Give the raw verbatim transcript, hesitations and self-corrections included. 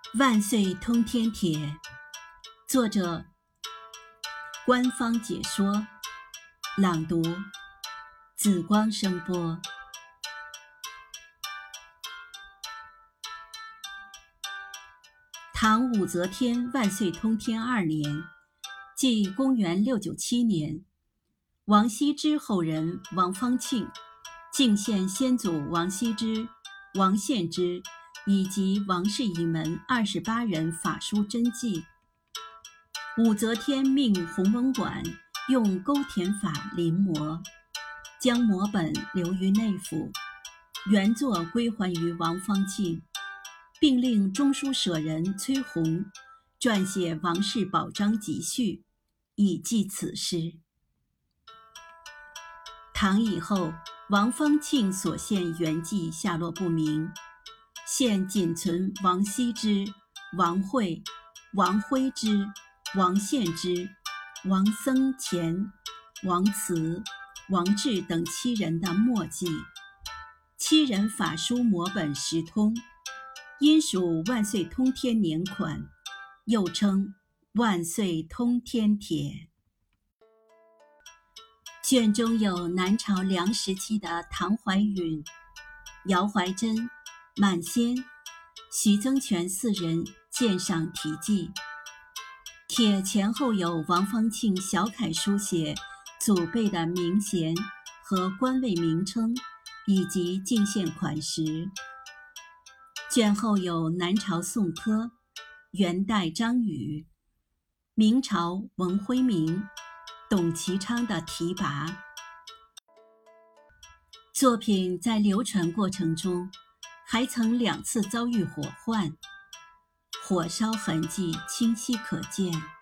万岁通天帖，作者官方解说，朗读紫光声波。唐武则天万岁通天二年，即公元六九七年，王羲之后人王方庆敬献先祖王羲之、王献之以及王氏一门二十八人法书真迹。武则天命弘文馆用勾填法临摹，将摹本留于内府，原作归还于王方庆，并令中书舍人崔弘撰写王氏宝章集序，以记此诗。唐以后，王方庆所献原迹下落不明，现仅存王羲之、王惠、王徽之、王献之、王僧虔、王慈、王志等七人的墨迹。七人法书摹本十通，因属万岁通天年款，又称万岁通天帖。卷中有南朝梁时期的唐怀允、姚怀真、满仙、徐增全四人鉴赏题记。帖前后有王方庆小楷书写祖辈的名衔和官位名称，以及进献款时。卷后有南朝宋柯、元代张宇、明朝文辉明、董其昌的题跋。作品在流传过程中还曾两次遭遇火患，火烧痕迹清晰可见。